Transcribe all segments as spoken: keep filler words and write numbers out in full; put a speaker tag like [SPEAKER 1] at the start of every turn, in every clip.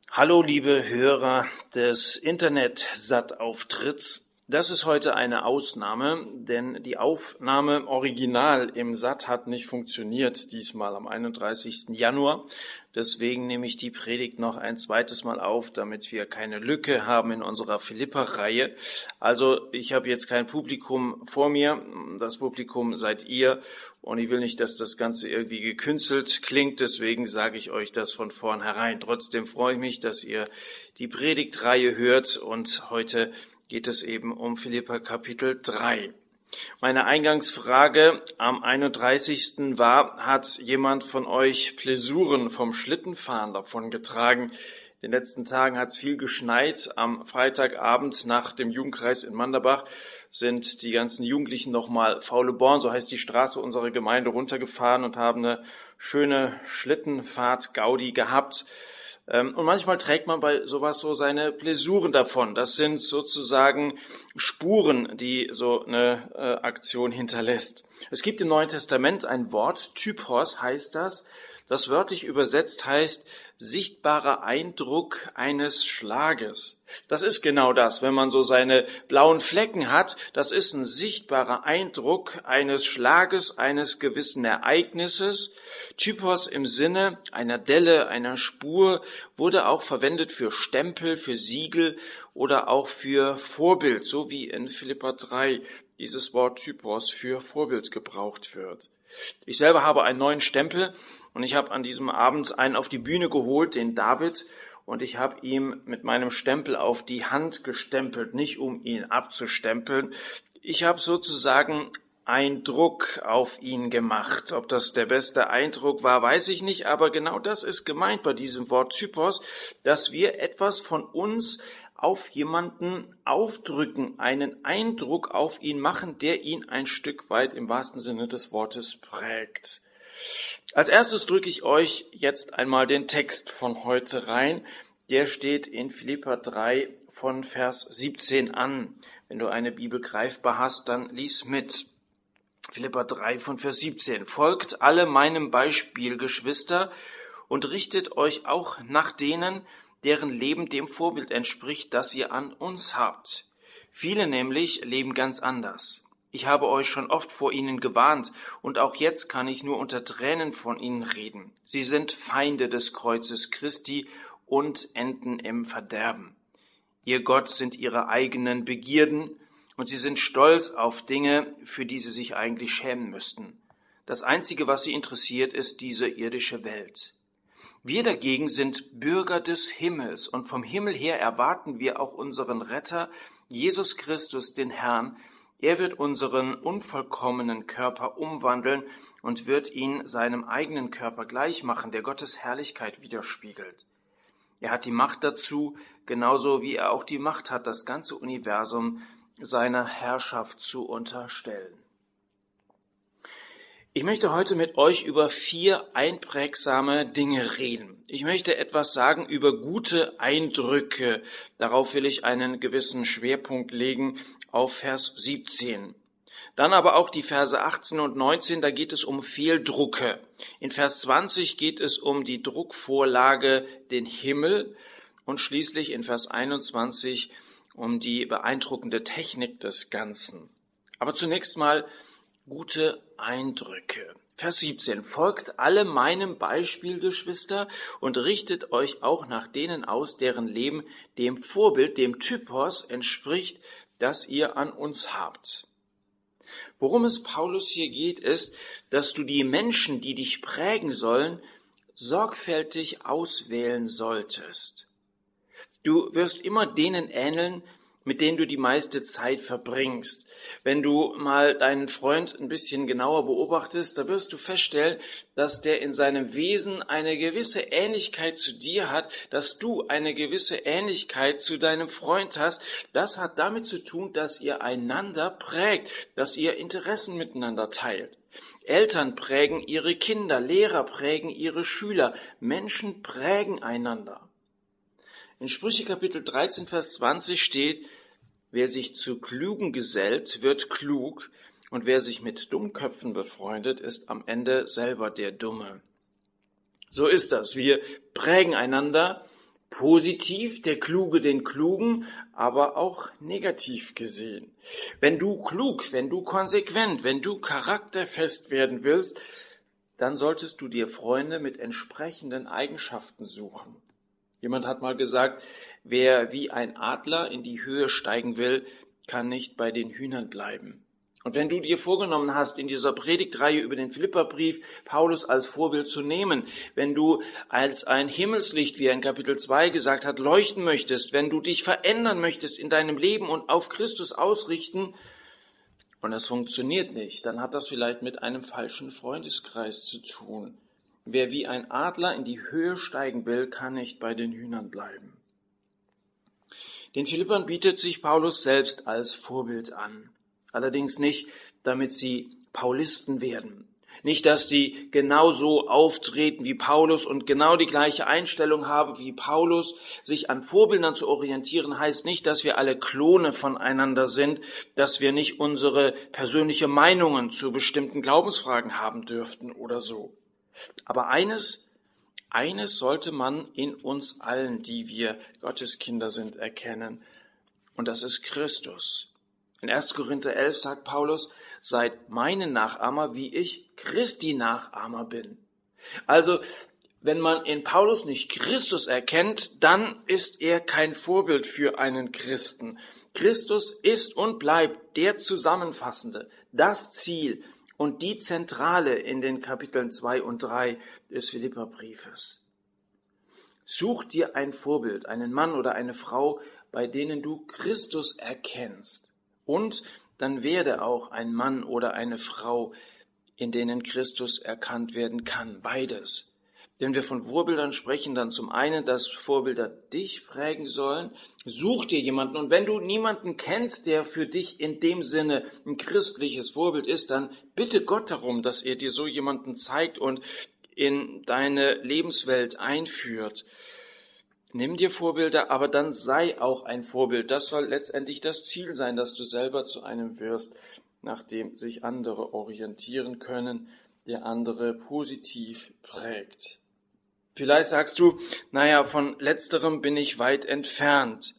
[SPEAKER 1] Hallo liebe Hörer des Internet-Sat-Auftritts. Das ist heute eine Ausnahme, denn die Aufnahme original im Sat hat nicht funktioniert, diesmal am einunddreißigsten Januar. Deswegen nehme ich die Predigt noch ein zweites Mal auf, damit wir keine Lücke haben in unserer Philipper-Reihe. Also ich habe jetzt kein Publikum vor mir, das Publikum seid ihr und ich will nicht, dass das Ganze irgendwie gekünstelt klingt, deswegen sage ich euch das von vornherein. Trotzdem freue ich mich, dass ihr die Predigtreihe hört und heute geht es eben um Philipper Kapitel drei. Meine Eingangsfrage am einunddreißigsten war, hat jemand von euch Blessuren vom Schlittenfahren davongetragen? In den letzten Tagen hat es viel geschneit. Am Freitagabend nach dem Jugendkreis in Manderbach sind die ganzen Jugendlichen nochmal Fauleborn, so heißt die Straße unserer Gemeinde, runtergefahren und haben eine schöne Schlittenfahrt-Gaudi gehabt. Und manchmal trägt man bei sowas so seine Blessuren davon. Das sind sozusagen Spuren, die so eine äh, Aktion hinterlässt. Es gibt im Neuen Testament ein Wort, Typos heißt das, das wörtlich übersetzt heißt sichtbarer Eindruck eines Schlages. Das ist genau das, wenn man so seine blauen Flecken hat, das ist ein sichtbarer Eindruck eines Schlages, eines gewissen Ereignisses. Typos im Sinne einer Delle, einer Spur, wurde auch verwendet für Stempel, für Siegel oder auch für Vorbild, so wie in Philipper drei dieses Wort Typos für Vorbild gebraucht wird. Ich selber habe einen neuen Stempel und ich habe an diesem Abend einen auf die Bühne geholt, den David, und ich habe ihm mit meinem Stempel auf die Hand gestempelt, nicht um ihn abzustempeln. Ich habe sozusagen Eindruck auf ihn gemacht. Ob das der beste Eindruck war, weiß ich nicht, aber genau das ist gemeint bei diesem Wort Typos, dass wir etwas von uns auf jemanden aufdrücken, einen Eindruck auf ihn machen, der ihn ein Stück weit im wahrsten Sinne des Wortes prägt. Als erstes drücke ich euch jetzt einmal den Text von heute rein. Der steht in Philipper drei von Vers siebzehn an. Wenn du eine Bibel greifbar hast, dann lies mit. Philipper drei von Vers siebzehn. Folgt alle meinem Beispiel, Geschwister, und richtet euch auch nach denen, deren Leben dem Vorbild entspricht, das ihr an uns habt. Viele nämlich leben ganz anders. Ich habe euch schon oft vor ihnen gewarnt, und auch jetzt kann ich nur unter Tränen von ihnen reden. Sie sind Feinde des Kreuzes Christi und enden im Verderben. Ihr Gott sind ihre eigenen Begierden, und sie sind stolz auf Dinge, für die sie sich eigentlich schämen müssten. Das Einzige, was sie interessiert, ist diese irdische Welt. Wir dagegen sind Bürger des Himmels, und vom Himmel her erwarten wir auch unseren Retter, Jesus Christus, den Herrn. Er wird unseren unvollkommenen Körper umwandeln und wird ihn seinem eigenen Körper gleich machen, der Gottes Herrlichkeit widerspiegelt. Er hat die Macht dazu, genauso wie er auch die Macht hat, das ganze Universum seiner Herrschaft zu unterstellen. Ich möchte heute mit euch über vier einprägsame Dinge reden. Ich möchte etwas sagen über gute Eindrücke. Darauf will ich einen gewissen Schwerpunkt legen auf Vers siebzehn. Dann aber auch die Verse achtzehn und neunzehn, da geht es um Fehldrucke. In Vers zwanzig geht es um die Druckvorlage, den Himmel, und schließlich in Vers einundzwanzig um die beeindruckende Technik des Ganzen. Aber zunächst mal gute Eindrücke. Vers siebzehn. Folgt alle meinem Beispiel, Geschwister, und richtet euch auch nach denen aus, deren Leben dem Vorbild, dem Typos entspricht, das ihr an uns habt. Worum es Paulus hier geht, ist, dass du die Menschen, die dich prägen sollen, sorgfältig auswählen solltest. Du wirst immer denen ähneln, mit denen du die meiste Zeit verbringst. Wenn du mal deinen Freund ein bisschen genauer beobachtest, da wirst du feststellen, dass der in seinem Wesen eine gewisse Ähnlichkeit zu dir hat, dass du eine gewisse Ähnlichkeit zu deinem Freund hast. Das hat damit zu tun, dass ihr einander prägt, dass ihr Interessen miteinander teilt. Eltern prägen ihre Kinder, Lehrer prägen ihre Schüler, Menschen prägen einander. In Sprüche Kapitel dreizehn, Vers zwanzig steht: Wer sich zu Klugen gesellt, wird klug, und wer sich mit Dummköpfen befreundet, ist am Ende selber der Dumme. So ist das. Wir prägen einander, Positiv, der Kluge den Klugen, aber auch negativ gesehen. Wenn du klug, wenn du konsequent, wenn du charakterfest werden willst, dann solltest du dir Freunde mit entsprechenden Eigenschaften suchen. Jemand hat mal gesagt, wer wie ein Adler in die Höhe steigen will, kann nicht bei den Hühnern bleiben. Und wenn du dir vorgenommen hast, in dieser Predigtreihe über den Philipperbrief Paulus als Vorbild zu nehmen, wenn du als ein Himmelslicht, wie er in Kapitel zwei gesagt hat, leuchten möchtest, wenn du dich verändern möchtest in deinem Leben und auf Christus ausrichten, und das funktioniert nicht, dann hat das vielleicht mit einem falschen Freundeskreis zu tun. Wer wie ein Adler in die Höhe steigen will, kann nicht bei den Hühnern bleiben. Den Philippern bietet sich Paulus selbst als Vorbild an. Allerdings nicht, damit sie Paulisten werden. Nicht, dass die genauso auftreten wie Paulus und genau die gleiche Einstellung haben wie Paulus. Sich an Vorbildern zu orientieren heißt nicht, dass wir alle Klone voneinander sind, dass wir nicht unsere persönliche Meinungen zu bestimmten Glaubensfragen haben dürften oder so. Aber eines, eines sollte man in uns allen, die wir Gottes Kinder sind, erkennen. Und das ist Christus. In erster Korinther elf sagt Paulus, seid meine Nachahmer, wie ich Christi Nachahmer bin. Also, wenn man in Paulus nicht Christus erkennt, dann ist er kein Vorbild für einen Christen. Christus ist und bleibt der Zusammenfassende, das Ziel und die Zentrale in den Kapiteln zwei und drei des Philipperbriefes. Such dir ein Vorbild, einen Mann oder eine Frau, bei denen du Christus erkennst. Und dann werde auch ein Mann oder eine Frau, in denen Christus erkannt werden kann. Beides. Wenn wir von Vorbildern sprechen, dann zum einen, dass Vorbilder dich prägen sollen. Such dir jemanden. Und wenn du niemanden kennst, der für dich in dem Sinne ein christliches Vorbild ist, dann bitte Gott darum, dass er dir so jemanden zeigt und in deine Lebenswelt einführt. Nimm dir Vorbilder, aber dann sei auch ein Vorbild. Das soll letztendlich das Ziel sein, dass du selber zu einem wirst, nach dem sich andere orientieren können, der andere positiv prägt. Vielleicht sagst du, naja, von letzterem bin ich weit entfernt.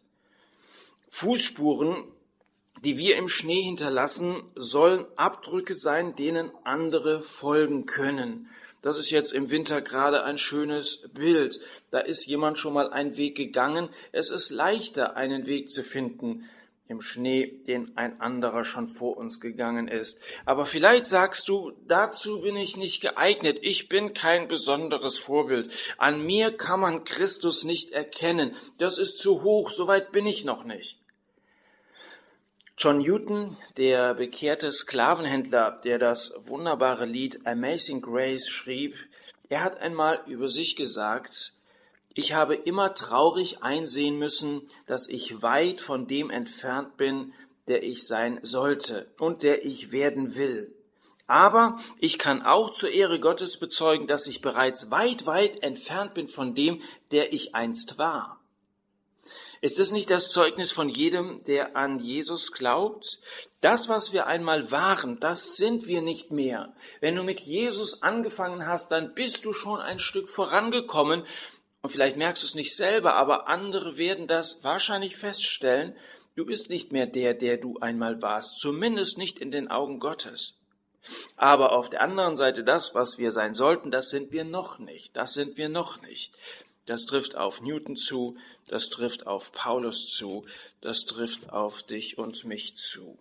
[SPEAKER 1] Fußspuren, die wir im Schnee hinterlassen, sollen Abdrücke sein, denen andere folgen können. Das ist jetzt im Winter gerade ein schönes Bild. Da ist jemand schon mal einen Weg gegangen. Es ist leichter, einen Weg zu finden im Schnee, den ein anderer schon vor uns gegangen ist. Aber vielleicht sagst du, dazu bin ich nicht geeignet. Ich bin kein besonderes Vorbild. An mir kann man Christus nicht erkennen. Das ist zu hoch, so weit bin ich noch nicht. John Newton, der bekehrte Sklavenhändler, der das wunderbare Lied Amazing Grace schrieb, er hat einmal über sich gesagt, ich habe immer traurig einsehen müssen, dass ich weit von dem entfernt bin, der ich sein sollte und der ich werden will. Aber ich kann auch zur Ehre Gottes bezeugen, dass ich bereits weit, weit entfernt bin von dem, der ich einst war. Ist es nicht das Zeugnis von jedem, der an Jesus glaubt? Das, was wir einmal waren, das sind wir nicht mehr. Wenn du mit Jesus angefangen hast, dann bist du schon ein Stück vorangekommen. Und vielleicht merkst du es nicht selber, aber andere werden das wahrscheinlich feststellen. Du bist nicht mehr der, der du einmal warst, zumindest nicht in den Augen Gottes. Aber auf der anderen Seite, das, was wir sein sollten, das sind wir noch nicht. Das sind wir noch nicht. Das trifft auf Newton zu, das trifft auf Paulus zu, das trifft auf dich und mich zu.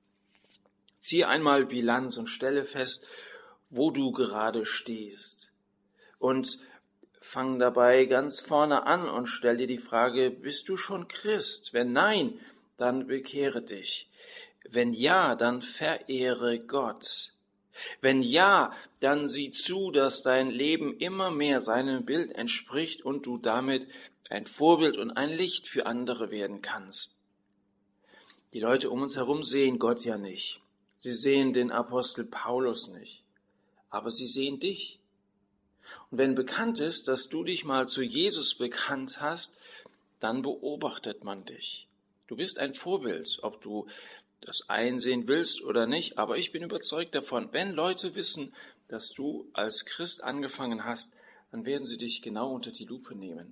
[SPEAKER 1] Ziehe einmal Bilanz und stelle fest, wo du gerade stehst. Und fang dabei ganz vorne an und stell dir die Frage, bist du schon Christ? Wenn nein, dann bekehre dich. Wenn ja, dann verehre Gott. Wenn ja, dann sieh zu, dass dein Leben immer mehr seinem Bild entspricht und du damit ein Vorbild und ein Licht für andere werden kannst. Die Leute um uns herum sehen Gott ja nicht. Sie sehen den Apostel Paulus nicht. Aber sie sehen dich. Und wenn bekannt ist, dass du dich mal zu Jesus bekannt hast, dann beobachtet man dich. Du bist ein Vorbild, ob du das einsehen willst oder nicht, aber ich bin überzeugt davon, wenn Leute wissen, dass du als Christ angefangen hast, dann werden sie dich genau unter die Lupe nehmen.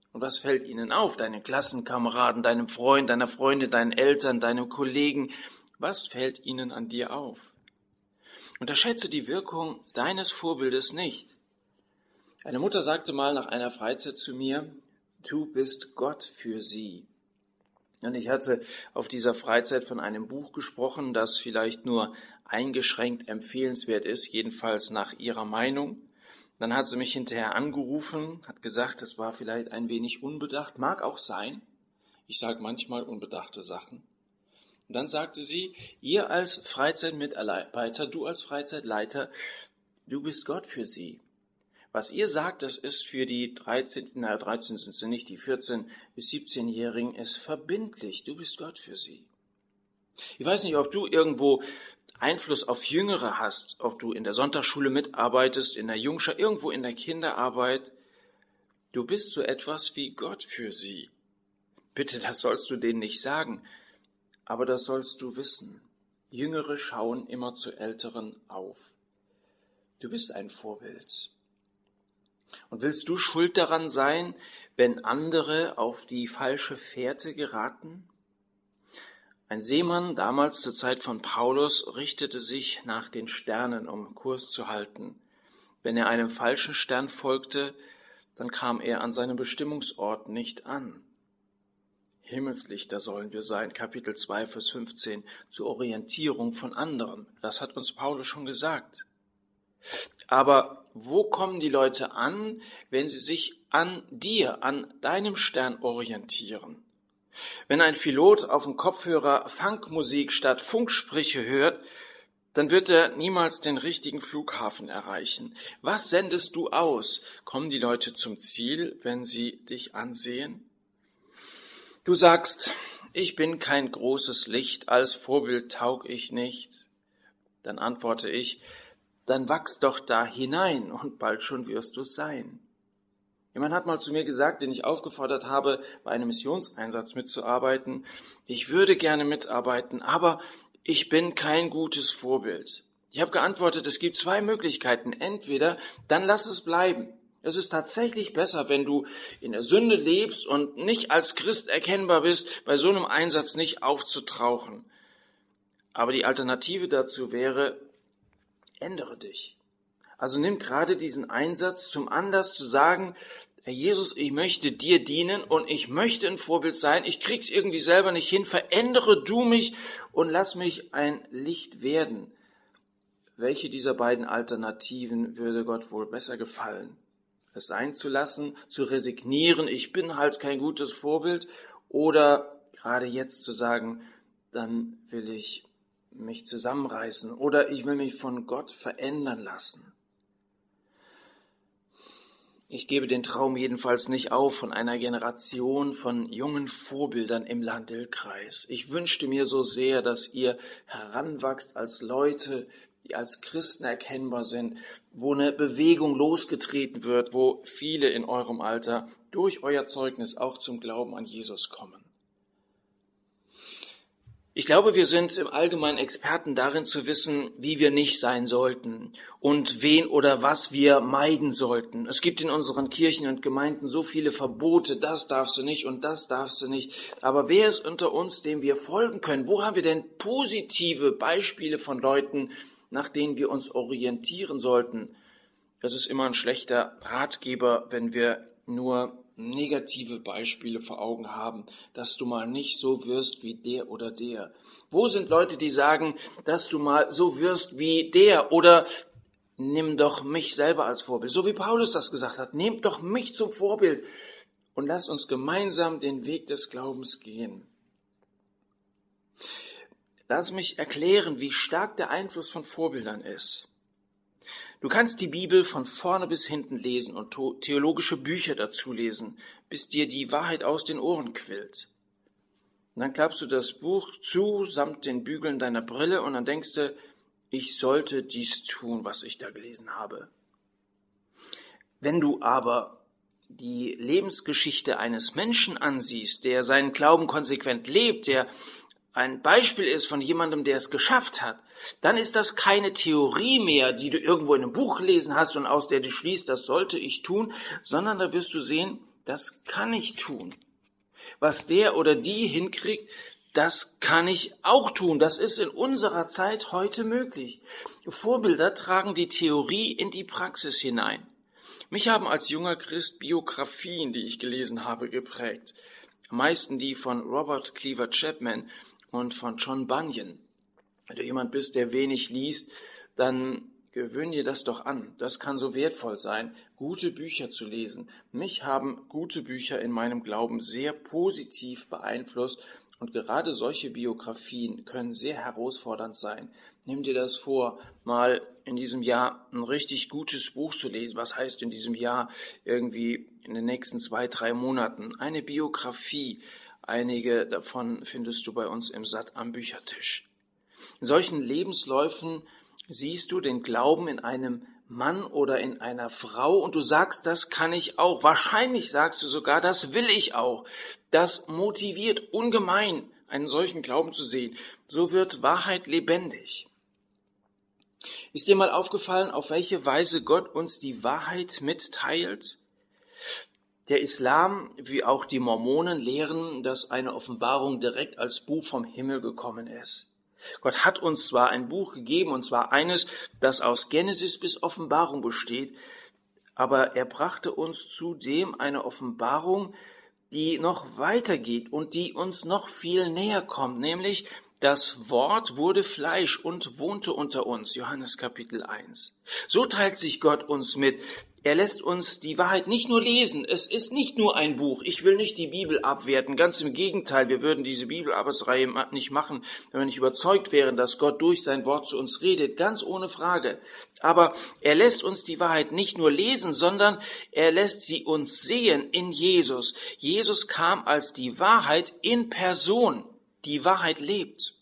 [SPEAKER 1] Und was fällt ihnen auf? Deinen Klassenkameraden, deinem Freund, deiner Freundin, deinen Eltern, deinem Kollegen. Was fällt ihnen an dir auf? Unterschätze die Wirkung deines Vorbildes nicht. Eine Mutter sagte mal nach einer Freizeit zu mir, du bist Gott für sie. Und ich hatte auf dieser Freizeit von einem Buch gesprochen, das vielleicht nur eingeschränkt empfehlenswert ist, jedenfalls nach ihrer Meinung. Dann hat sie mich hinterher angerufen, hat gesagt, es war vielleicht ein wenig unbedacht, mag auch sein. Ich sage manchmal unbedachte Sachen. Und dann sagte sie, ihr als Freizeitmitarbeiter, du als Freizeitleiter, du bist Gott für sie. Was ihr sagt, das ist für die dreizehn, na dreizehn sind sie nicht, die vierzehn- bis siebzehnjährigen, ist verbindlich. Du bist Gott für sie. Ich weiß nicht, ob du irgendwo Einfluss auf Jüngere hast, ob du in der Sonntagsschule mitarbeitest, in der Jungschar, irgendwo in der Kinderarbeit. Du bist so etwas wie Gott für sie. Bitte, das sollst du denen nicht sagen, aber das sollst du wissen. Jüngere schauen immer zu Älteren auf. Du bist ein Vorbild. Und willst du schuld daran sein, wenn andere auf die falsche Fährte geraten? Ein Seemann, damals zur Zeit von Paulus, richtete sich nach den Sternen, um Kurs zu halten. Wenn er einem falschen Stern folgte, dann kam er an seinem Bestimmungsort nicht an. Himmelslichter sollen wir sein, Kapitel zwei, Vers fünfzehn, zur Orientierung von anderen. Das hat uns Paulus schon gesagt. Aber wo kommen die Leute an, wenn sie sich an dir, an deinem Stern orientieren? Wenn ein Pilot auf dem Kopfhörer Funkmusik statt Funksprüche hört, dann wird er niemals den richtigen Flughafen erreichen. Was sendest du aus? Kommen die Leute zum Ziel, wenn sie dich ansehen? Du sagst, ich bin kein großes Licht, als Vorbild taug ich nicht. Dann antworte ich, dann wachs doch da hinein und bald schon wirst du es sein. Jemand hat mal zu mir gesagt, den ich aufgefordert habe, bei einem Missionseinsatz mitzuarbeiten, ich würde gerne mitarbeiten, aber ich bin kein gutes Vorbild. Ich habe geantwortet, es gibt zwei Möglichkeiten. Entweder, dann lass es bleiben. Es ist tatsächlich besser, wenn du in der Sünde lebst und nicht als Christ erkennbar bist, bei so einem Einsatz nicht aufzutauchen. Aber die Alternative dazu wäre, ändere dich. Also nimm gerade diesen Einsatz zum Anlass zu sagen, Herr Jesus, ich möchte dir dienen und ich möchte ein Vorbild sein. Ich krieg's irgendwie selber nicht hin. Verändere du mich und lass mich ein Licht werden. Welche dieser beiden Alternativen würde Gott wohl besser gefallen? Es sein zu lassen, zu resignieren, ich bin halt kein gutes Vorbild, oder gerade jetzt zu sagen, dann will ich mich zusammenreißen oder ich will mich von Gott verändern lassen. Ich gebe den Traum jedenfalls nicht auf von einer Generation von jungen Vorbildern im Landil-Kreis. Ich wünschte mir so sehr, dass ihr heranwachst als Leute, die als Christen erkennbar sind, wo eine Bewegung losgetreten wird, wo viele in eurem Alter durch euer Zeugnis auch zum Glauben an Jesus kommen. Ich glaube, wir sind im Allgemeinen Experten darin zu wissen, wie wir nicht sein sollten und wen oder was wir meiden sollten. Es gibt in unseren Kirchen und Gemeinden so viele Verbote, das darfst du nicht und das darfst du nicht. Aber wer ist unter uns, dem wir folgen können? Wo haben wir denn positive Beispiele von Leuten, nach denen wir uns orientieren sollten? Das ist immer ein schlechter Ratgeber, wenn wir nur negative Beispiele vor Augen haben, dass du mal nicht so wirst wie der oder der. Wo sind Leute, die sagen, dass du mal so wirst wie der, oder nimm doch mich selber als Vorbild, so wie Paulus das gesagt hat, nehmt doch mich zum Vorbild und lass uns gemeinsam den Weg des Glaubens gehen. Lass mich erklären, wie stark der Einfluss von Vorbildern ist. Du kannst die Bibel von vorne bis hinten lesen und theologische Bücher dazu lesen, bis dir die Wahrheit aus den Ohren quillt. Und dann klappst du das Buch zu, samt den Bügeln deiner Brille, und dann denkst du, ich sollte dies tun, was ich da gelesen habe. Wenn du aber die Lebensgeschichte eines Menschen ansiehst, der seinen Glauben konsequent lebt, der ein Beispiel ist von jemandem, der es geschafft hat, dann ist das keine Theorie mehr, die du irgendwo in einem Buch gelesen hast und aus der du schließt, das sollte ich tun, sondern da wirst du sehen, das kann ich tun. Was der oder die hinkriegt, das kann ich auch tun. Das ist in unserer Zeit heute möglich. Vorbilder tragen die Theorie in die Praxis hinein. Mich haben als junger Christ Biografien, die ich gelesen habe, geprägt. Am meisten die von Robert Cleaver Chapman und von John Bunyan. Wenn du jemand bist, der wenig liest, dann gewöhn dir das doch an. Das kann so wertvoll sein, gute Bücher zu lesen. Mich haben gute Bücher in meinem Glauben sehr positiv beeinflusst und gerade solche Biografien können sehr herausfordernd sein. Nimm dir das vor, mal in diesem Jahr ein richtig gutes Buch zu lesen. Was heißt in diesem Jahr irgendwie in den nächsten zwei, drei Monaten? Eine Biografie. Einige davon findest du bei uns im Satt am Büchertisch. In solchen Lebensläufen siehst du den Glauben in einem Mann oder in einer Frau und du sagst, das kann ich auch. Wahrscheinlich sagst du sogar, das will ich auch. Das motiviert ungemein, einen solchen Glauben zu sehen. So wird Wahrheit lebendig. Ist dir mal aufgefallen, auf welche Weise Gott uns die Wahrheit mitteilt? Der Islam, wie auch die Mormonen, lehren, dass eine Offenbarung direkt als Buch vom Himmel gekommen ist. Gott hat uns zwar ein Buch gegeben, und zwar eines, das aus Genesis bis Offenbarung besteht, aber er brachte uns zudem eine Offenbarung, die noch weitergeht und die uns noch viel näher kommt, nämlich das Wort wurde Fleisch und wohnte unter uns, Johannes Kapitel eins. So teilt sich Gott uns mit. Er lässt uns die Wahrheit nicht nur lesen. Es ist nicht nur ein Buch. Ich will nicht die Bibel abwerten. Ganz im Gegenteil, wir würden diese Bibelarbeitsreihe nicht machen, wenn wir nicht überzeugt wären, dass Gott durch sein Wort zu uns redet. Ganz ohne Frage. Aber er lässt uns die Wahrheit nicht nur lesen, sondern er lässt sie uns sehen in Jesus. Jesus kam als die Wahrheit in Person. Die Wahrheit lebt.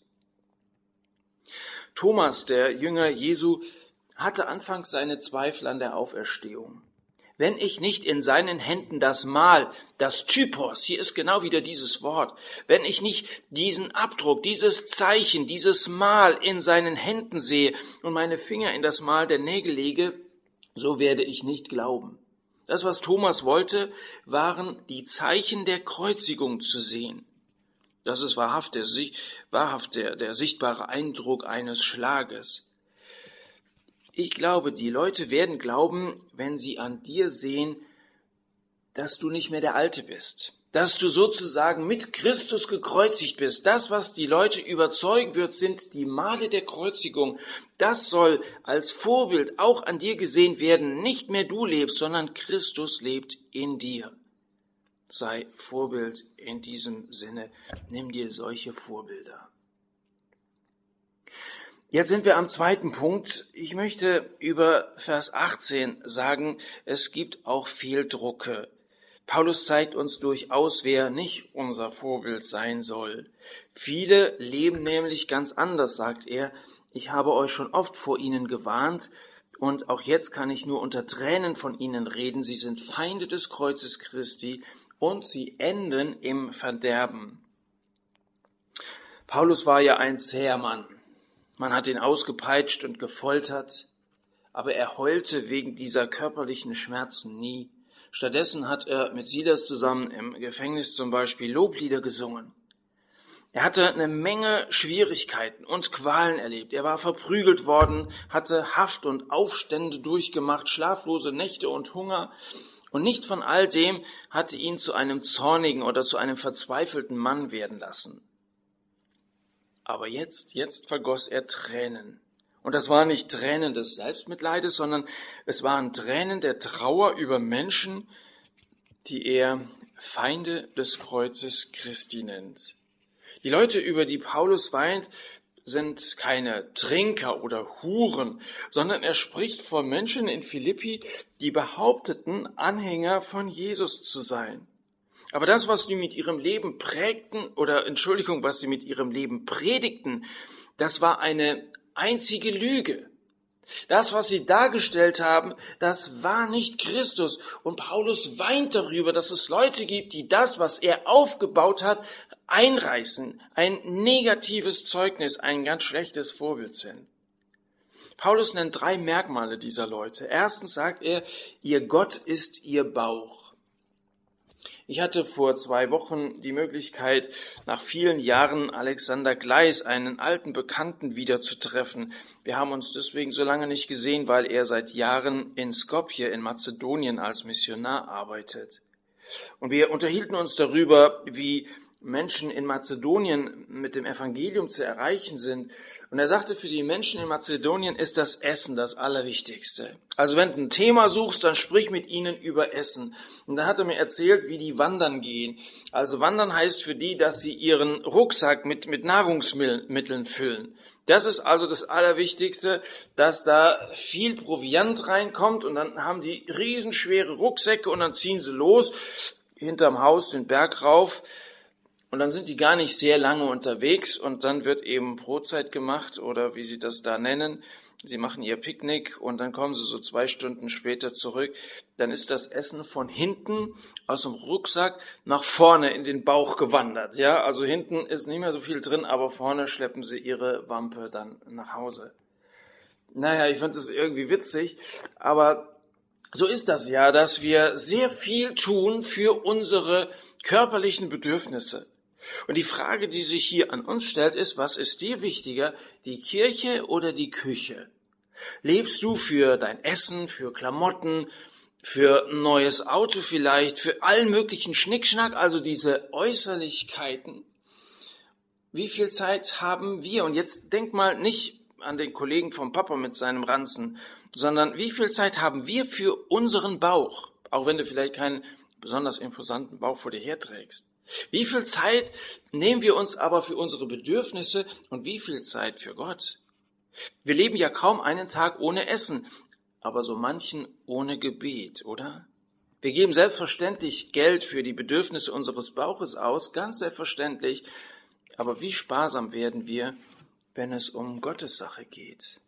[SPEAKER 1] Thomas, der Jünger Jesu, hatte anfangs seine Zweifel an der Auferstehung. Wenn ich nicht in seinen Händen das Mal, das Typos, hier ist genau wieder dieses Wort, wenn ich nicht diesen Abdruck, dieses Zeichen, dieses Mal in seinen Händen sehe und meine Finger in das Mal der Nägel lege, so werde ich nicht glauben. Das, was Thomas wollte, waren die Zeichen der Kreuzigung zu sehen. Das ist wahrhaft, der, wahrhaft der, der sichtbare Eindruck eines Schlages. Ich glaube, die Leute werden glauben, wenn sie an dir sehen, dass du nicht mehr der Alte bist, dass du sozusagen mit Christus gekreuzigt bist. Das, was die Leute überzeugen wird, sind die Male der Kreuzigung. Das soll als Vorbild auch an dir gesehen werden. Nicht mehr du lebst, sondern Christus lebt in dir. Sei Vorbild in diesem Sinne. Nimm dir solche Vorbilder. Jetzt sind wir am zweiten Punkt. Ich möchte über Vers achtzehn sagen, es gibt auch Fehldrucke. Paulus zeigt uns durchaus, wer nicht unser Vorbild sein soll. Viele leben nämlich ganz anders, sagt er. Ich habe euch schon oft vor ihnen gewarnt und auch jetzt kann ich nur unter Tränen von ihnen reden. Sie sind Feinde des Kreuzes Christi und sie enden im Verderben. Paulus war ja ein zäher Mann. Man hat ihn ausgepeitscht und gefoltert, aber er heulte wegen dieser körperlichen Schmerzen nie. Stattdessen hat er mit Silas zusammen im Gefängnis zum Beispiel Loblieder gesungen. Er hatte eine Menge Schwierigkeiten und Qualen erlebt. Er war verprügelt worden, hatte Haft und Aufstände durchgemacht, schlaflose Nächte und Hunger. Und nichts von all dem hatte ihn zu einem zornigen oder zu einem verzweifelten Mann werden lassen. Aber jetzt, jetzt vergoss er Tränen. Und das waren nicht Tränen des Selbstmitleides, sondern es waren Tränen der Trauer über Menschen, die er Feinde des Kreuzes Christi nennt. Die Leute, über die Paulus weint, sind keine Trinker oder Huren, sondern er spricht von Menschen in Philippi, die behaupteten, Anhänger von Jesus zu sein. Aber das, was sie mit ihrem Leben prägten, oder Entschuldigung, was sie mit ihrem Leben predigten, das war eine einzige Lüge. Das, was sie dargestellt haben, das war nicht Christus. Und Paulus weint darüber, dass es Leute gibt, die das, was er aufgebaut hat, einreißen, ein negatives Zeugnis, ein ganz schlechtes Vorbild sind. Paulus nennt drei Merkmale dieser Leute. Erstens sagt er, ihr Gott ist ihr Bauch. Ich hatte vor zwei Wochen die Möglichkeit, nach vielen Jahren Alexander Gleis, einen alten Bekannten, wiederzutreffen. Wir haben uns deswegen so lange nicht gesehen, weil er seit Jahren in Skopje in Mazedonien als Missionar arbeitet. Und wir unterhielten uns darüber, wie Menschen in Mazedonien mit dem Evangelium zu erreichen sind. Und er sagte, für die Menschen in Mazedonien ist das Essen das Allerwichtigste. Also wenn du ein Thema suchst, dann sprich mit ihnen über Essen. Und da hat er mir erzählt, wie die wandern gehen. Also wandern heißt für die, dass sie ihren Rucksack mit, mit Nahrungsmitteln füllen. Das ist also das Allerwichtigste, dass da viel Proviant reinkommt und dann haben die riesenschwere Rucksäcke und dann ziehen sie los, hinterm Haus den Berg rauf. Und dann sind die gar nicht sehr lange unterwegs und dann wird eben Brotzeit gemacht oder wie sie das da nennen. Sie machen ihr Picknick und dann kommen sie so zwei Stunden später zurück. Dann ist das Essen von hinten aus dem Rucksack nach vorne in den Bauch gewandert. Ja, also hinten ist nicht mehr so viel drin, aber vorne schleppen sie ihre Wampe dann nach Hause. Naja, ich fand das irgendwie witzig, aber so ist das ja, dass wir sehr viel tun für unsere körperlichen Bedürfnisse. Und die Frage, die sich hier an uns stellt, ist, was ist dir wichtiger, die Kirche oder die Küche? Lebst du für dein Essen, für Klamotten, für ein neues Auto vielleicht, für allen möglichen Schnickschnack, also diese Äußerlichkeiten? Wie viel Zeit haben wir? Und jetzt denk mal nicht an den Kollegen vom Papa mit seinem Ranzen, sondern wie viel Zeit haben wir für unseren Bauch, auch wenn du vielleicht keinen besonders imposanten Bauch vor dir herträgst? Wie viel Zeit nehmen wir uns aber für unsere Bedürfnisse und wie viel Zeit für Gott? Wir leben ja kaum einen Tag ohne Essen, aber so manchen ohne Gebet, oder? Wir geben selbstverständlich Geld für die Bedürfnisse unseres Bauches aus, ganz selbstverständlich, aber wie sparsam werden wir, wenn es um Gottes Sache geht?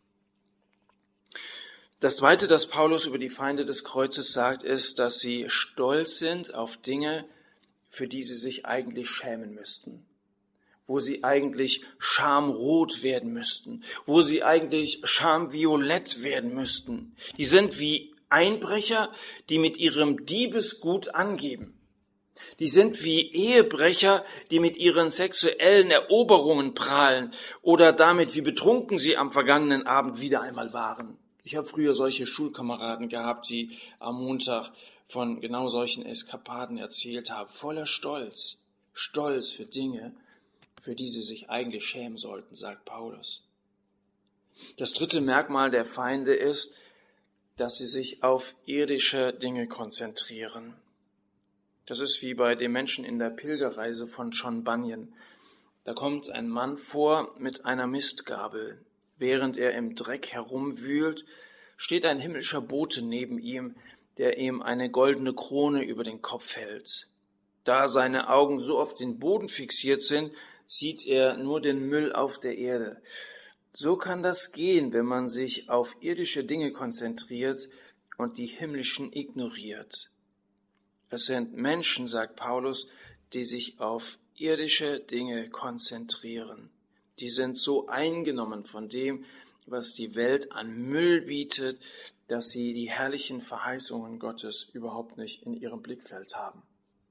[SPEAKER 1] Das Zweite, das Paulus über die Feinde des Kreuzes sagt, ist, dass sie stolz sind auf Dinge, für die sie sich eigentlich schämen müssten, wo sie eigentlich schamrot werden müssten, wo sie eigentlich schamviolett werden müssten. Die sind wie Einbrecher, die mit ihrem Diebesgut angeben. Die sind wie Ehebrecher, die mit ihren sexuellen Eroberungen prahlen oder damit, wie betrunken sie am vergangenen Abend wieder einmal waren. Ich habe früher solche Schulkameraden gehabt, die am Montag von genau solchen Eskapaden erzählt haben, voller Stolz, Stolz für Dinge, für die sie sich eigentlich schämen sollten, sagt Paulus. Das dritte Merkmal der Feinde ist, dass sie sich auf irdische Dinge konzentrieren. Das ist wie bei den Menschen in der Pilgerreise von John Bunyan. Da kommt ein Mann vor mit einer Mistgabel. Während er im Dreck herumwühlt, steht ein himmlischer Bote neben ihm, der ihm eine goldene Krone über den Kopf hält. Da seine Augen so auf den Boden fixiert sind, sieht er nur den Müll auf der Erde. So kann das gehen, wenn man sich auf irdische Dinge konzentriert und die himmlischen ignoriert. Es sind Menschen, sagt Paulus, die sich auf irdische Dinge konzentrieren. Die sind so eingenommen von dem, was die Welt an Müll bietet, dass sie die herrlichen Verheißungen Gottes überhaupt nicht in ihrem Blickfeld haben.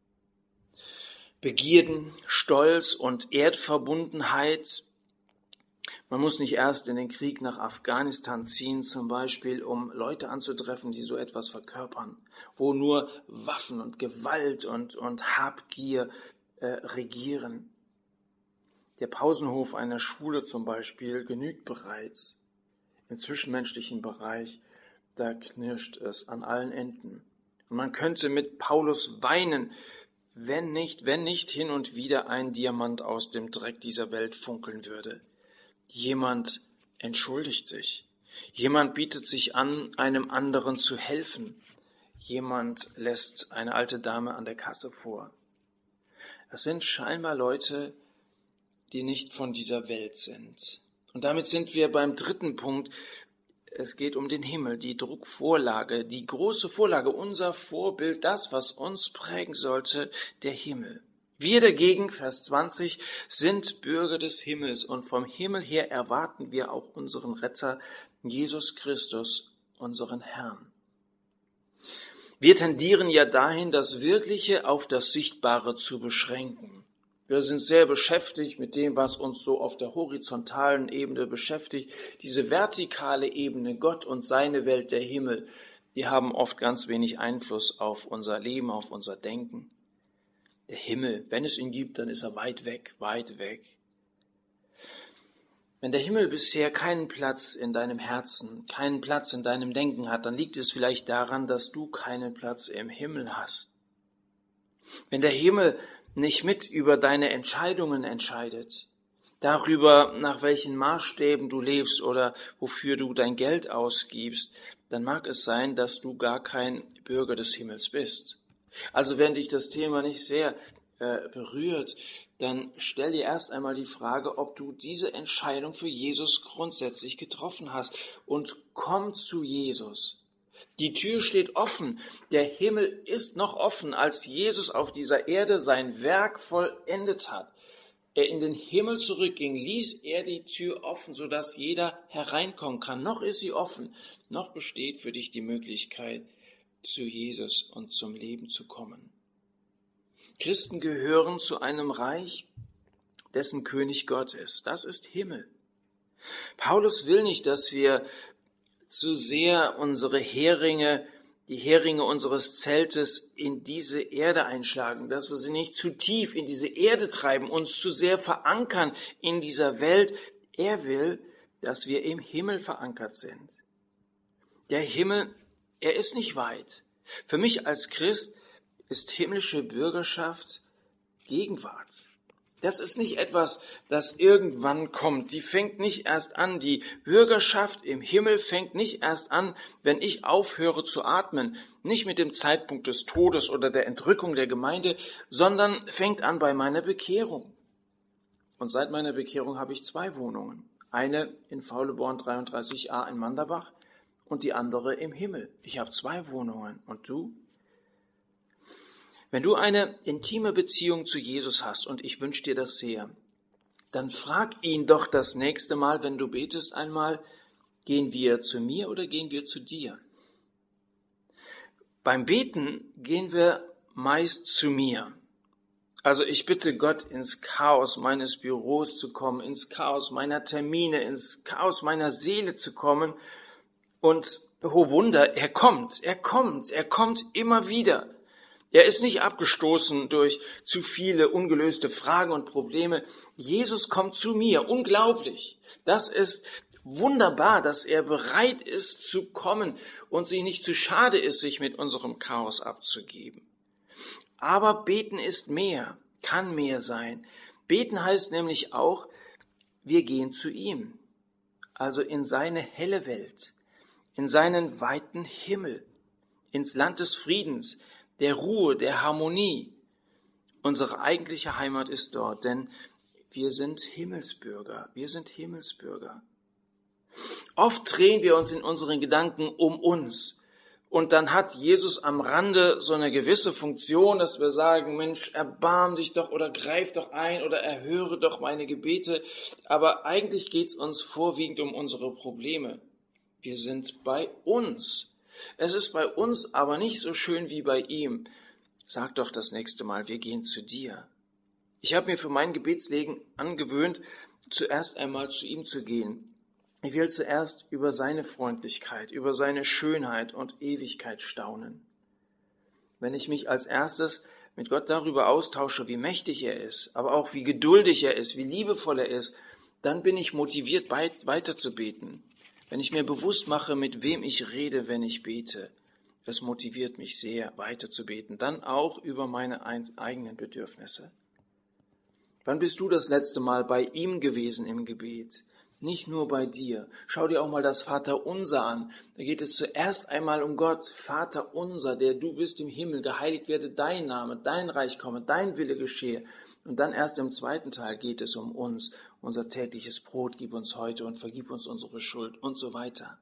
[SPEAKER 1] Begierden, Stolz und Erdverbundenheit. Man muss nicht erst in den Krieg nach Afghanistan ziehen, zum Beispiel, um Leute anzutreffen, die so etwas verkörpern, wo nur Waffen und Gewalt und, und Habgier äh, regieren. Der Pausenhof einer Schule zum Beispiel genügt bereits. Im zwischenmenschlichen Bereich, da knirscht es an allen Enden. Und man könnte mit Paulus weinen, wenn nicht, wenn nicht hin und wieder ein Diamant aus dem Dreck dieser Welt funkeln würde. Jemand entschuldigt sich. Jemand bietet sich an, einem anderen zu helfen. Jemand lässt eine alte Dame an der Kasse vor. Das sind scheinbar Leute, die nicht von dieser Welt sind. Und damit sind wir beim dritten Punkt. Es geht um den Himmel, die Druckvorlage, die große Vorlage, unser Vorbild, das, was uns prägen sollte, der Himmel. Wir dagegen, Vers zwanzig, sind Bürger des Himmels und vom Himmel her erwarten wir auch unseren Retter, Jesus Christus, unseren Herrn. Wir tendieren ja dahin, das Wirkliche auf das Sichtbare zu beschränken. Wir sind sehr beschäftigt mit dem, was uns so auf der horizontalen Ebene beschäftigt. Diese vertikale Ebene, Gott und seine Welt, der Himmel, die haben oft ganz wenig Einfluss auf unser Leben, auf unser Denken. Der Himmel, wenn es ihn gibt, dann ist er weit weg, weit weg. Wenn der Himmel bisher keinen Platz in deinem Herzen, keinen Platz in deinem Denken hat, dann liegt es vielleicht daran, dass du keinen Platz im Himmel hast. Wenn der Himmel nicht mit über deine Entscheidungen entscheidet, darüber, nach welchen Maßstäben du lebst oder wofür du dein Geld ausgibst, dann mag es sein, dass du gar kein Bürger des Himmels bist. Also wenn dich das Thema nicht sehr äh, berührt, dann stell dir erst einmal die Frage, ob du diese Entscheidung für Jesus grundsätzlich getroffen hast und komm zu Jesus. Die Tür steht offen, der Himmel ist noch offen, als Jesus auf dieser Erde sein Werk vollendet hat. Er in den Himmel zurückging, ließ er die Tür offen, sodass jeder hereinkommen kann. Noch ist sie offen, noch besteht für dich die Möglichkeit, zu Jesus und zum Leben zu kommen. Christen gehören zu einem Reich, dessen König Gott ist. Das ist Himmel. Paulus will nicht, dass wir zu sehr unsere Heringe, die Heringe unseres Zeltes in diese Erde einschlagen, dass wir sie nicht zu tief in diese Erde treiben, uns zu sehr verankern in dieser Welt. Er will, dass wir im Himmel verankert sind. Der Himmel, er ist nicht weit. Für mich als Christ ist himmlische Bürgerschaft Gegenwart. Das ist nicht etwas, das irgendwann kommt. Die fängt nicht erst an. Die Bürgerschaft im Himmel fängt nicht erst an, wenn ich aufhöre zu atmen. Nicht mit dem Zeitpunkt des Todes oder der Entrückung der Gemeinde, sondern fängt an bei meiner Bekehrung. Und seit meiner Bekehrung habe ich zwei Wohnungen. Eine in Fauleborn dreiunddreißig a in Manderbach und die andere im Himmel. Ich habe zwei Wohnungen. Und du? Wenn du eine intime Beziehung zu Jesus hast, und ich wünsche dir das sehr, dann frag ihn doch das nächste Mal, wenn du betest, einmal, gehen wir zu mir oder gehen wir zu dir? Beim Beten gehen wir meist zu mir. Also ich bitte Gott, ins Chaos meines Büros zu kommen, ins Chaos meiner Termine, ins Chaos meiner Seele zu kommen. Und oh Wunder, er kommt, er kommt, er kommt immer wieder. Er ist nicht abgestoßen durch zu viele ungelöste Fragen und Probleme. Jesus kommt zu mir. Unglaublich. Das ist wunderbar, dass er bereit ist zu kommen und sich nicht zu schade ist, sich mit unserem Chaos abzugeben. Aber beten ist mehr, kann mehr sein. Beten heißt nämlich auch, wir gehen zu ihm. Also in seine helle Welt, in seinen weiten Himmel, ins Land des Friedens, der Ruhe, der Harmonie. Unsere eigentliche Heimat ist dort, denn wir sind Himmelsbürger, wir sind Himmelsbürger. Oft drehen wir uns in unseren Gedanken um uns und dann hat Jesus am Rande so eine gewisse Funktion, dass wir sagen, Mensch, erbarm dich doch oder greif doch ein oder erhöre doch meine Gebete, aber eigentlich geht es uns vorwiegend um unsere Probleme. Wir sind bei uns. Es ist bei uns aber nicht so schön wie bei ihm. Sag doch das nächste Mal, wir gehen zu dir. Ich habe mir für mein Gebetslegen angewöhnt, zuerst einmal zu ihm zu gehen. Ich will zuerst über seine Freundlichkeit, über seine Schönheit und Ewigkeit staunen. Wenn ich mich als erstes mit Gott darüber austausche, wie mächtig er ist, aber auch wie geduldig er ist, wie liebevoll er ist, dann bin ich motiviert, weiter zu beten. Wenn ich mir bewusst mache, mit wem ich rede, wenn ich bete, das motiviert mich sehr, weiter zu beten. Dann auch über meine eigenen Bedürfnisse. Wann bist du das letzte Mal bei ihm gewesen im Gebet? Nicht nur bei dir. Schau dir auch mal das Vaterunser an. Da geht es zuerst einmal um Gott. Vater unser, der du bist im Himmel, geheiligt werde dein Name, dein Reich komme, dein Wille geschehe. Und dann erst im zweiten Teil geht es um uns. Unser tägliches Brot gib uns heute und vergib uns unsere Schuld und so weiter.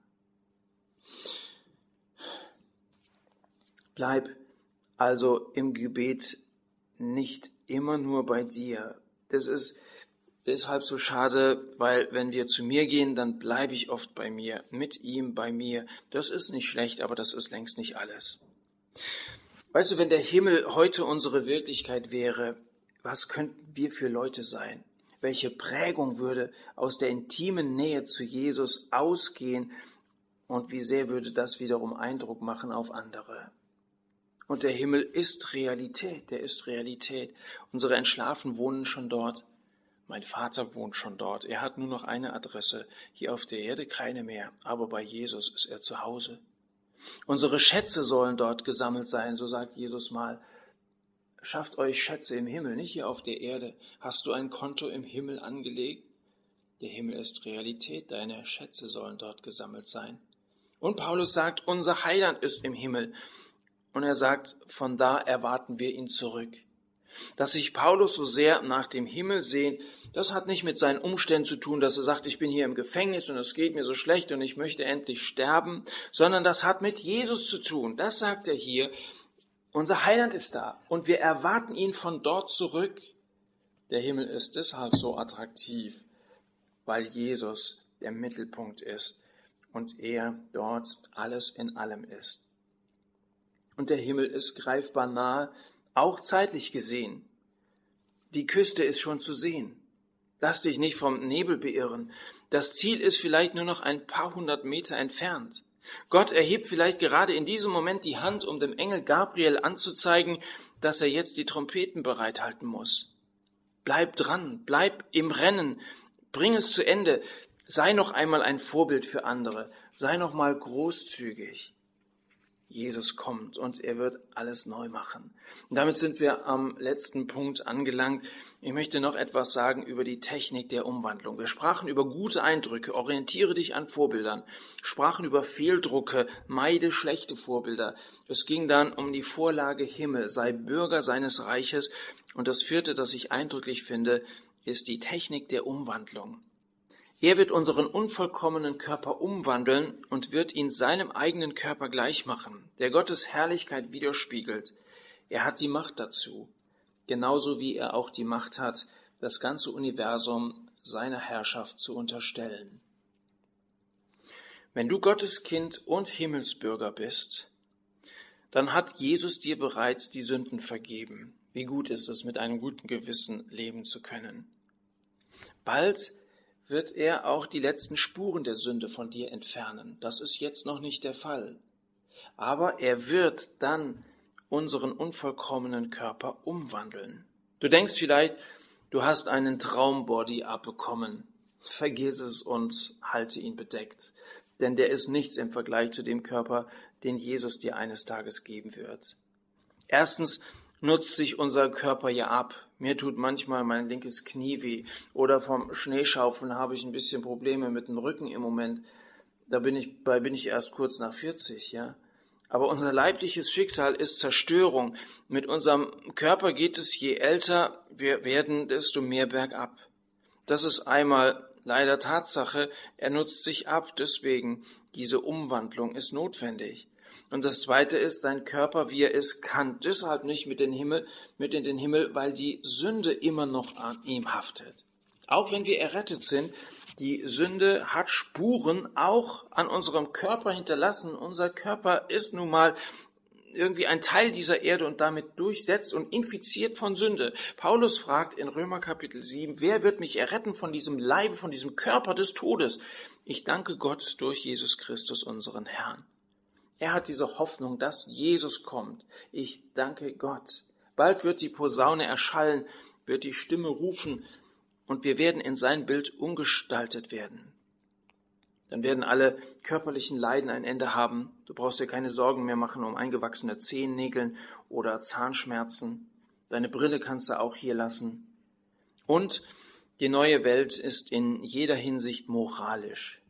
[SPEAKER 1] Bleib also im Gebet nicht immer nur bei dir. Das ist deshalb so schade, weil wenn wir zu mir gehen, dann bleibe ich oft bei mir, mit ihm, bei mir. Das ist nicht schlecht, aber das ist längst nicht alles. Weißt du, wenn der Himmel heute unsere Wirklichkeit wäre, was könnten wir für Leute sein? Welche Prägung würde aus der intimen Nähe zu Jesus ausgehen und wie sehr würde das wiederum Eindruck machen auf andere? Und der Himmel ist Realität, der ist Realität. Unsere Entschlafen wohnen schon dort. Mein Vater wohnt schon dort. Er hat nur noch eine Adresse, hier auf der Erde keine mehr, aber bei Jesus ist er zu Hause. Unsere Schätze sollen dort gesammelt sein, so sagt Jesus mal. Schafft euch Schätze im Himmel, nicht hier auf der Erde. Hast du ein Konto im Himmel angelegt? Der Himmel ist Realität, deine Schätze sollen dort gesammelt sein. Und Paulus sagt, unser Heiland ist im Himmel. Und er sagt, von da erwarten wir ihn zurück. Dass sich Paulus so sehr nach dem Himmel sehnt, das hat nicht mit seinen Umständen zu tun, dass er sagt, ich bin hier im Gefängnis und es geht mir so schlecht und ich möchte endlich sterben, sondern das hat mit Jesus zu tun. Das sagt er hier. Unser Heiland ist da und wir erwarten ihn von dort zurück. Der Himmel ist deshalb so attraktiv, weil Jesus der Mittelpunkt ist und er dort alles in allem ist. Und der Himmel ist greifbar nahe, auch zeitlich gesehen. Die Küste ist schon zu sehen. Lass dich nicht vom Nebel beirren. Das Ziel ist vielleicht nur noch ein paar hundert Meter entfernt. Gott erhebt vielleicht gerade in diesem Moment die Hand, um dem Engel Gabriel anzuzeigen, dass er jetzt die Trompeten bereithalten muss. Bleib dran, bleib im Rennen, bring es zu Ende. Sei noch einmal ein Vorbild für andere. Sei noch mal großzügig. Jesus kommt und er wird alles neu machen. Und damit sind wir am letzten Punkt angelangt. Ich möchte noch etwas sagen über die Technik der Umwandlung. Wir sprachen über gute Eindrücke, orientiere dich an Vorbildern, sprachen über Fehldrucke, meide schlechte Vorbilder. Es ging dann um die Vorlage Himmel, sei Bürger seines Reiches. Und das vierte, das ich eindrücklich finde, ist die Technik der Umwandlung. Er wird unseren unvollkommenen Körper umwandeln und wird ihn seinem eigenen Körper gleich machen, der Gottes Herrlichkeit widerspiegelt. Er hat die Macht dazu, genauso wie er auch die Macht hat, das ganze Universum seiner Herrschaft zu unterstellen. Wenn du Gottes Kind und Himmelsbürger bist, dann hat Jesus dir bereits die Sünden vergeben. Wie gut ist es, mit einem guten Gewissen leben zu können. Bald wird er auch die letzten Spuren der Sünde von dir entfernen. Das ist jetzt noch nicht der Fall. Aber er wird dann unseren unvollkommenen Körper umwandeln. Du denkst vielleicht, du hast einen Traumbody abbekommen. Vergiss es und halte ihn bedeckt. Denn der ist nichts im Vergleich zu dem Körper, den Jesus dir eines Tages geben wird. Erstens nutzt sich unser Körper ja ab. Mir tut manchmal mein linkes Knie weh oder vom Schneeschaufeln habe ich ein bisschen Probleme mit dem Rücken im Moment. Da bin ich, bei bin ich erst kurz nach vierzig, ja. Aber unser leibliches Schicksal ist Zerstörung. Mit unserem Körper geht es, je älter wir werden, desto mehr bergab. Das ist einmal leider Tatsache. Er nutzt sich ab, deswegen diese Umwandlung ist notwendig. Und das Zweite ist, dein Körper, wie er ist, kann deshalb nicht mit den Himmel, mit in den Himmel, weil die Sünde immer noch an ihm haftet. Auch wenn wir errettet sind, die Sünde hat Spuren auch an unserem Körper hinterlassen. Unser Körper ist nun mal irgendwie ein Teil dieser Erde und damit durchsetzt und infiziert von Sünde. Paulus fragt in Römer Kapitel sieben, wer wird mich erretten von diesem Leibe, von diesem Körper des Todes? Ich danke Gott durch Jesus Christus, unseren Herrn. Er hat diese Hoffnung, dass Jesus kommt. Ich danke Gott. Bald wird die Posaune erschallen, wird die Stimme rufen und wir werden in sein Bild umgestaltet werden. Dann werden alle körperlichen Leiden ein Ende haben. Du brauchst dir keine Sorgen mehr machen um eingewachsene Zehennägeln oder Zahnschmerzen. Deine Brille kannst du auch hier lassen. Und die neue Welt ist in jeder Hinsicht moralisch.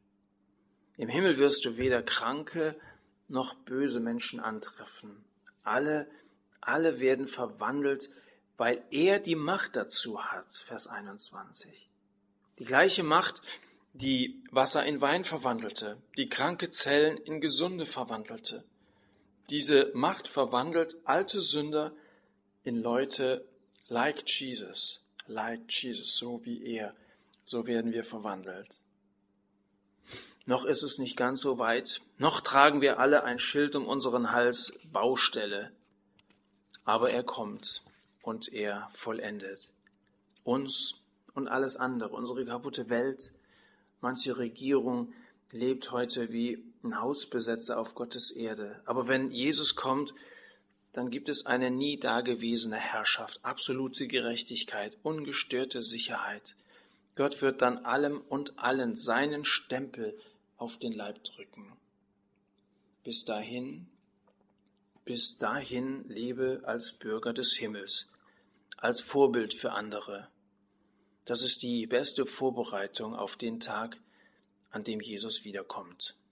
[SPEAKER 1] Im Himmel wirst du weder Kranke noch böse Menschen antreffen. Alle, alle werden verwandelt, weil er die Macht dazu hat. Vers einundzwanzig. Die gleiche Macht, die Wasser in Wein verwandelte, die kranke Zellen in gesunde verwandelte. Diese Macht verwandelt alte Sünder in Leute like Jesus, like Jesus, so wie er. So werden wir verwandelt. noch ist es nicht ganz so weit, noch tragen wir alle ein Schild um unseren Hals, Baustelle. Aber er kommt und er vollendet uns und alles andere, unsere kaputte Welt. Manche Regierung lebt heute wie ein Hausbesetzer auf Gottes Erde. Aber wenn Jesus kommt, dann gibt es eine nie dagewesene Herrschaft, absolute Gerechtigkeit, ungestörte Sicherheit. Gott wird dann allem und allen seinen Stempel auf den Leib drücken. Bis dahin, bis dahin lebe als Bürger des Himmels, als Vorbild für andere. Das ist die beste Vorbereitung auf den Tag, an dem Jesus wiederkommt.